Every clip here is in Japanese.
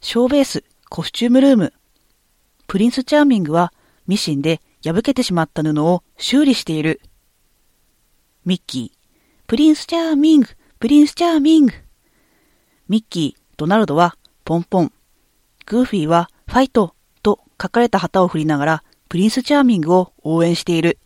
ショーベース、コスチュームルーム。プリンスチャーミングはミシンで破けてしまった布を修理している。ミッキー、プリンスチャーミング、プリンスチャーミング。ミッキー、ドナルドはポンポン。グーフィーはファイトと書かれた旗を振りながらプリンスチャーミングを応援している。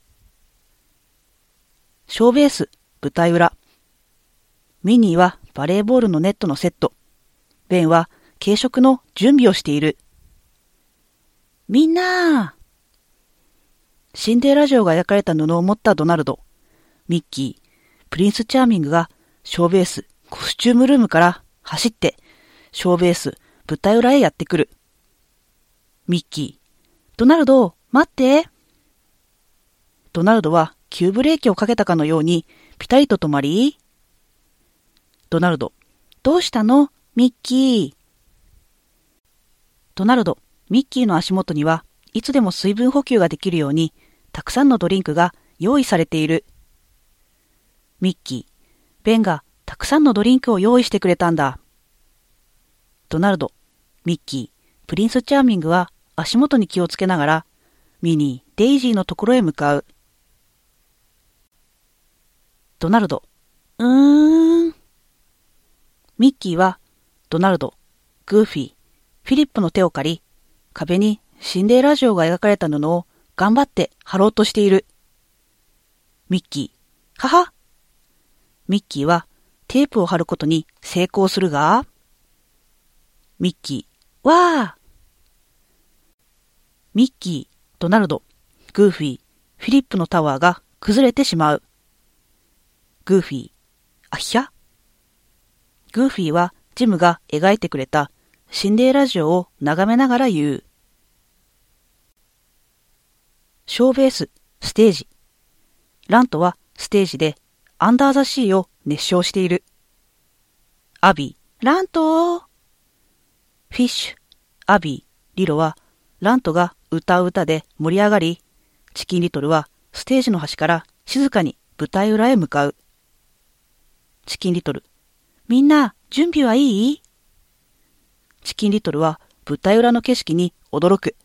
ショーベース、舞台裏。ミニーはバレーボールのネットのセット。ベンは軽食の準備をしている。みんなー。シンデレラ城が焼かれた布を持ったドナルド、ミッキー、プリンスチャーミングがショーベース、コスチュームルームから走ってショーベース、舞台裏へやってくる。ミッキー、ドナルド、待って。ドナルドは急ブレーキをかけたかのようにピタリと止まり、ドナルド、どうしたのミッキー。ドナルド、ミッキーの足元にはいつでも水分補給ができるようにたくさんのドリンクが用意されている。ミッキー、ベンがたくさんのドリンクを用意してくれたんだ。ドナルド、ミッキー、プリンスチャーミングは足元に気をつけながらミニー、デイジーのところへ向かう。ドナルド、ミッキーはドナルド、グーフィー、フィリップの手を借り、壁にシンデレラ城が描かれた布を頑張って貼ろうとしている。ミッキー、はは。ミッキーはテープを貼ることに成功するが、ミッキー、わー。ミッキー、ドナルド、グーフィー、フィリップのタワーが崩れてしまう。グーフィー、あひゃ。グーフィーはジムが描いてくれたシンデレラ城を眺めながら言う。ショーベース、ステージ。ラントはステージでアンダーザシーを熱唱している。アビー、ラントー。フィッシュ、アビー、リロはラントが歌う歌で盛り上がり、チキンリトルはステージの端から静かに舞台裏へ向かう。チキンリトル、みんな準備はいい？チキンリトルは舞台裏の景色に驚く。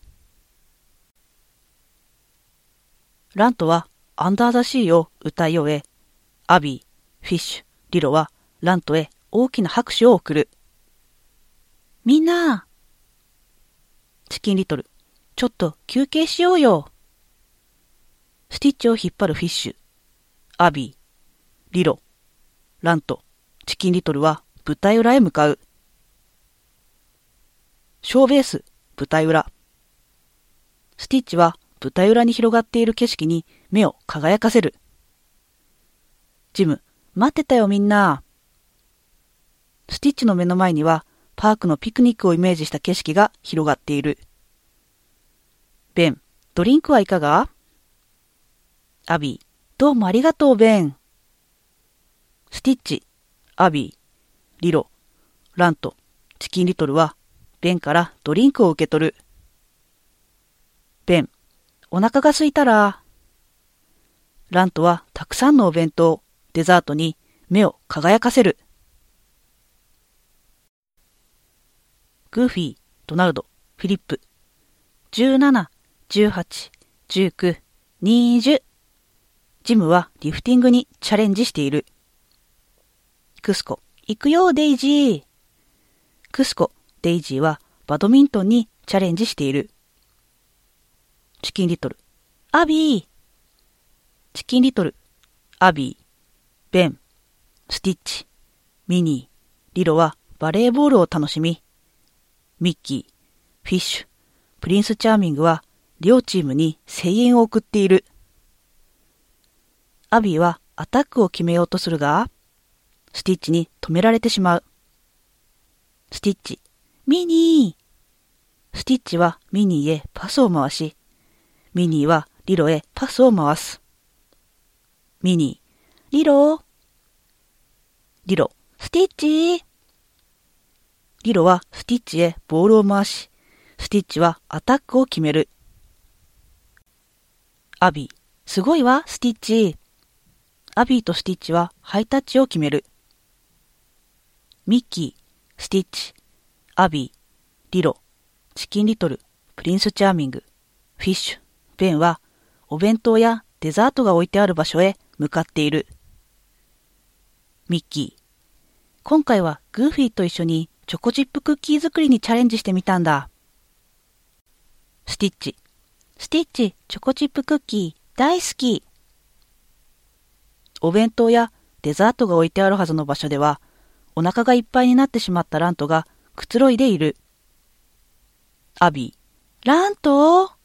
ラントはアンダーザシーを歌い終え、アビー、フィッシュ、リロはラントへ大きな拍手を送る。みんな！チキンリトル、ちょっと休憩しようよ。スティッチを引っ張るフィッシュ、アビー、リロ、ラント、チキンリトルは舞台裏へ向かう。ショーベース、舞台裏。スティッチは舞台裏に広がっている景色に目を輝かせる。ジム、待ってたよみんな。スティッチの目の前にはパークのピクニックをイメージした景色が広がっている。ベン、ドリンクはいかが？アビー、どうもありがとうベン。スティッチ、アビー、リロ、ラント、チキンリトルはベンからドリンクを受け取る。ベン、お腹が空いたら。ラントはたくさんのお弁当、デザートに目を輝かせる。グーフィー、ドナルド、フィリップ。17、18、19、20。ジムはリフティングにチャレンジしている。クスコ、行くよデイジー。クスコ、デイジーはバドミントンにチャレンジしている。チキンリトル、アビー。チキンリトル、アビー、ベン、スティッチ、ミニー、リロはバレーボールを楽しみ、ミッキー、フィッシュ、プリンスチャーミングは両チームに声援を送っている。アビーはアタックを決めようとするが、スティッチに止められてしまう。スティッチ、ミニー。スティッチはミニーへパスを回し、ミニーはリロへパスを回す。ミニー、リロ、スティッチ。リロはスティッチへボールを回し、スティッチはアタックを決める。アビー、すごいわ、スティッチ。アビーとスティッチはハイタッチを決める。ミッキー、スティッチ、アビー、 リロ、チキンリトル、プリンスチャーミング、フィッシュ、ベンはお弁当やデザートが置いてある場所へ向かっている。ミッキー、今回はグーフィーと一緒にチョコチップクッキー作りにチャレンジしてみたんだ。スティッチ、チョコチップクッキー大好き。お弁当やデザートが置いてあるはずの場所では、お腹がいっぱいになってしまったラントがくつろいでいる。アビー、ラント